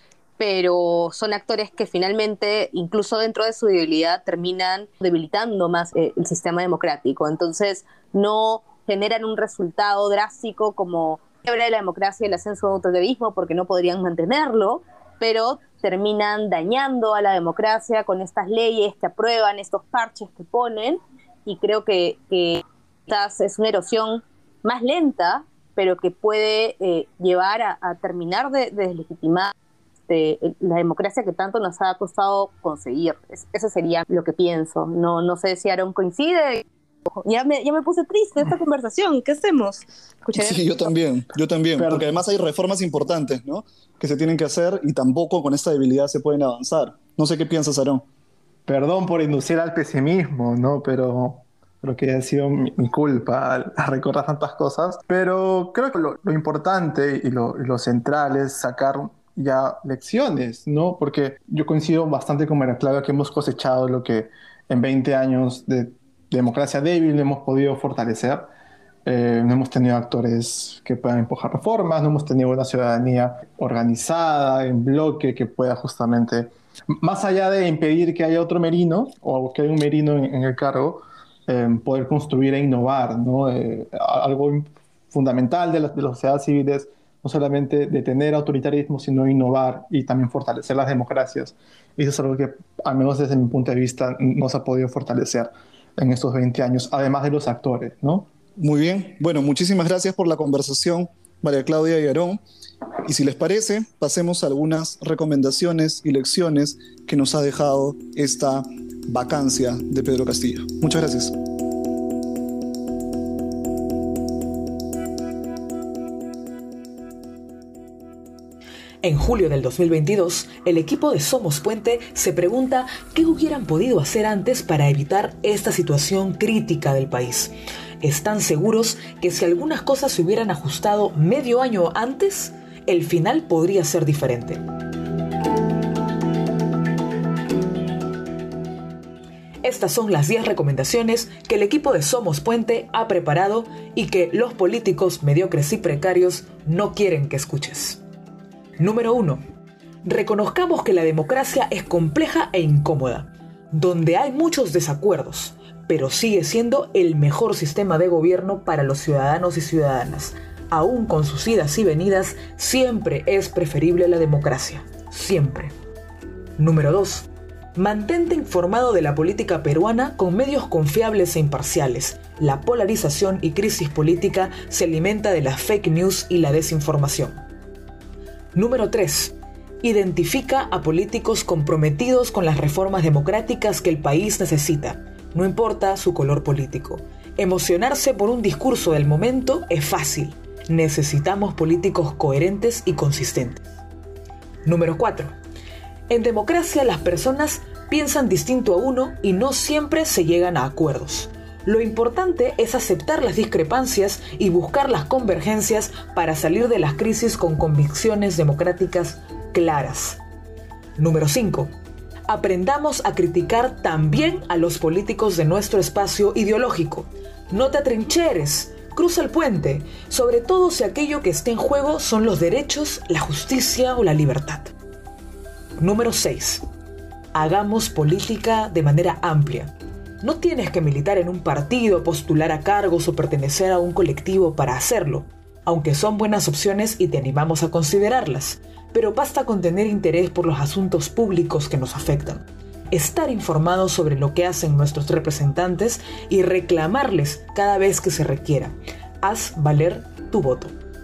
pero son actores que finalmente, incluso dentro de su debilidad, terminan debilitando más eh, el sistema democrático. Entonces, no generan un resultado drástico como quiebre de la democracia y el ascenso del autoritarismo, porque no podrían mantenerlo, pero terminan dañando a la democracia con estas leyes que aprueban, estos parches que ponen, y creo que, que esta es una erosión más lenta, pero que puede eh, llevar a, a terminar de, de deslegitimar este, la democracia que tanto nos ha costado conseguir. Es, eso sería lo que pienso. No, no sé si Aaron coincide. Ya me, ya me puse triste esta conversación. ¿Qué hacemos? ¿Escucharé? Sí, yo también, yo también, porque además hay reformas importantes, ¿no?, que se tienen que hacer y tampoco con esta debilidad se pueden avanzar. No sé qué piensas, Aarón. Perdón por inducir al pesimismo, ¿no? Pero creo que ha sido mi, mi culpa al, a recordar tantas cosas. Pero creo que lo, lo importante y lo, y lo central es sacar ya lecciones, ¿no? Porque yo coincido bastante con María Claudia que hemos cosechado lo que en veinte años de democracia débil, no hemos podido fortalecer. Eh, no hemos tenido actores que puedan empujar reformas, no hemos tenido una ciudadanía organizada, en bloque, que pueda justamente, más allá de impedir que haya otro Merino, o que haya un Merino en, en el cargo, eh, poder construir e innovar, ¿no? Eh, algo fundamental de, la, de las sociedades civiles, no solamente detener autoritarismo, sino innovar y también fortalecer las democracias. Y eso es algo que, al menos desde mi punto de vista, no se ha podido fortalecer en estos veinte años, además de los actores, ¿no? Muy bien. Bueno, muchísimas gracias por la conversación, María Claudia y Aarón. Y si les parece, pasemos a algunas recomendaciones y lecciones que nos ha dejado esta vacancia de Pedro Castillo. Muchas gracias. En julio del dos mil veintidós, el equipo de Somos Puente se pregunta qué hubieran podido hacer antes para evitar esta situación crítica del país. Están seguros que si algunas cosas se hubieran ajustado medio año antes, el final podría ser diferente. Estas son las diez recomendaciones que el equipo de Somos Puente ha preparado y que los políticos mediocres y precarios no quieren que escuches. Número uno. Reconozcamos que la democracia es compleja e incómoda, donde hay muchos desacuerdos, pero sigue siendo el mejor sistema de gobierno para los ciudadanos y ciudadanas. Aún con sus idas y venidas, siempre es preferible la democracia. Siempre. Número dos. Mantente informado de la política peruana con medios confiables e imparciales. La polarización y crisis política se alimenta de las fake news y la desinformación. Número tres. Identifica a políticos comprometidos con las reformas democráticas que el país necesita. No importa su color político. Emocionarse por un discurso del momento es fácil. Necesitamos políticos coherentes y consistentes. Número cuatro. En democracia las personas piensan distinto a uno y no siempre se llegan a acuerdos. Lo importante es aceptar las discrepancias y buscar las convergencias para salir de las crisis con convicciones democráticas claras. Número cinco. Aprendamos a criticar también a los políticos de nuestro espacio ideológico. No te atrincheres, cruza el puente, sobre todo si aquello que esté en juego son los derechos, la justicia o la libertad. Número seis. Hagamos política de manera amplia. No tienes que militar en un partido, postular a cargos o pertenecer a un colectivo para hacerlo, aunque son buenas opciones y te animamos a considerarlas, pero basta con tener interés por los asuntos públicos que nos afectan, estar informados sobre lo que hacen nuestros representantes y reclamarles cada vez que se requiera. Haz valer tu voto.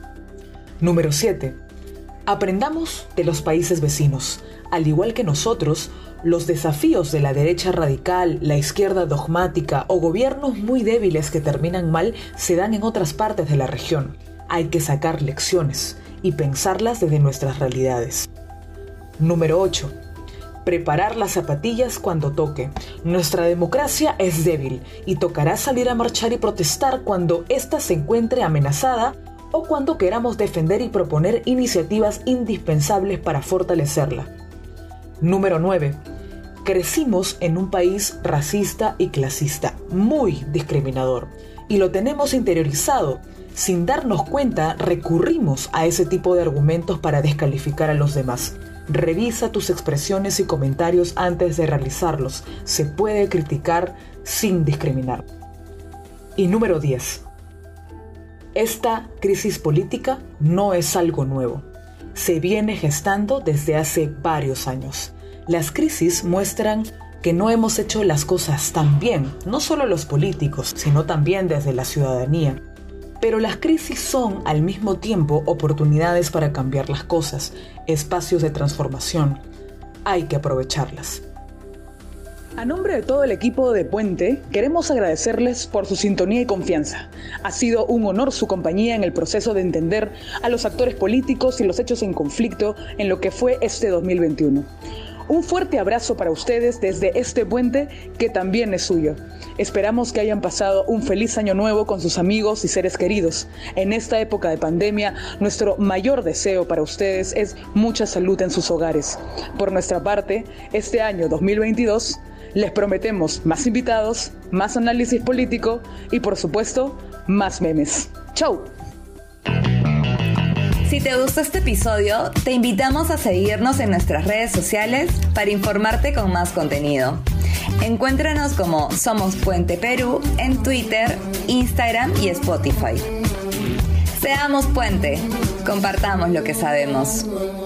Número siete. Aprendamos de los países vecinos. Al igual que nosotros, los desafíos de la derecha radical, la izquierda dogmática o gobiernos muy débiles que terminan mal se dan en otras partes de la región. Hay que sacar lecciones y pensarlas desde nuestras realidades. Número ocho. Preparar las zapatillas cuando toque. Nuestra democracia es débil y tocará salir a marchar y protestar cuando ésta se encuentre amenazada o cuando queramos defender y proponer iniciativas indispensables para fortalecerla. Número nueve. Crecimos en un país racista y clasista, muy discriminador, y lo tenemos interiorizado. Sin darnos cuenta, recurrimos a ese tipo de argumentos para descalificar a los demás. Revisa tus expresiones y comentarios antes de realizarlos. Se puede criticar sin discriminar. Y número diez. Esta crisis política no es algo nuevo. Se viene gestando desde hace varios años. Las crisis muestran que no hemos hecho las cosas tan bien, no solo los políticos, sino también desde la ciudadanía. Pero las crisis son al mismo tiempo oportunidades para cambiar las cosas, espacios de transformación. Hay que aprovecharlas. A nombre de todo el equipo de Puente, queremos agradecerles por su sintonía y confianza. Ha sido un honor su compañía en el proceso de entender a los actores políticos y los hechos en conflicto en lo que fue este dos mil veintiuno. Un fuerte abrazo para ustedes desde este puente que también es suyo. Esperamos que hayan pasado un feliz año nuevo con sus amigos y seres queridos. En esta época de pandemia, nuestro mayor deseo para ustedes es mucha salud en sus hogares. Por nuestra parte, este año dos mil veintidós, Les prometemos más invitados, más análisis político y, por supuesto, más memes. ¡Chau! Si te gustó este episodio, te invitamos a seguirnos en nuestras redes sociales para informarte con más contenido. Encuéntranos como Somos Puente Perú en Twitter, Instagram y Spotify. Seamos Puente, compartamos lo que sabemos.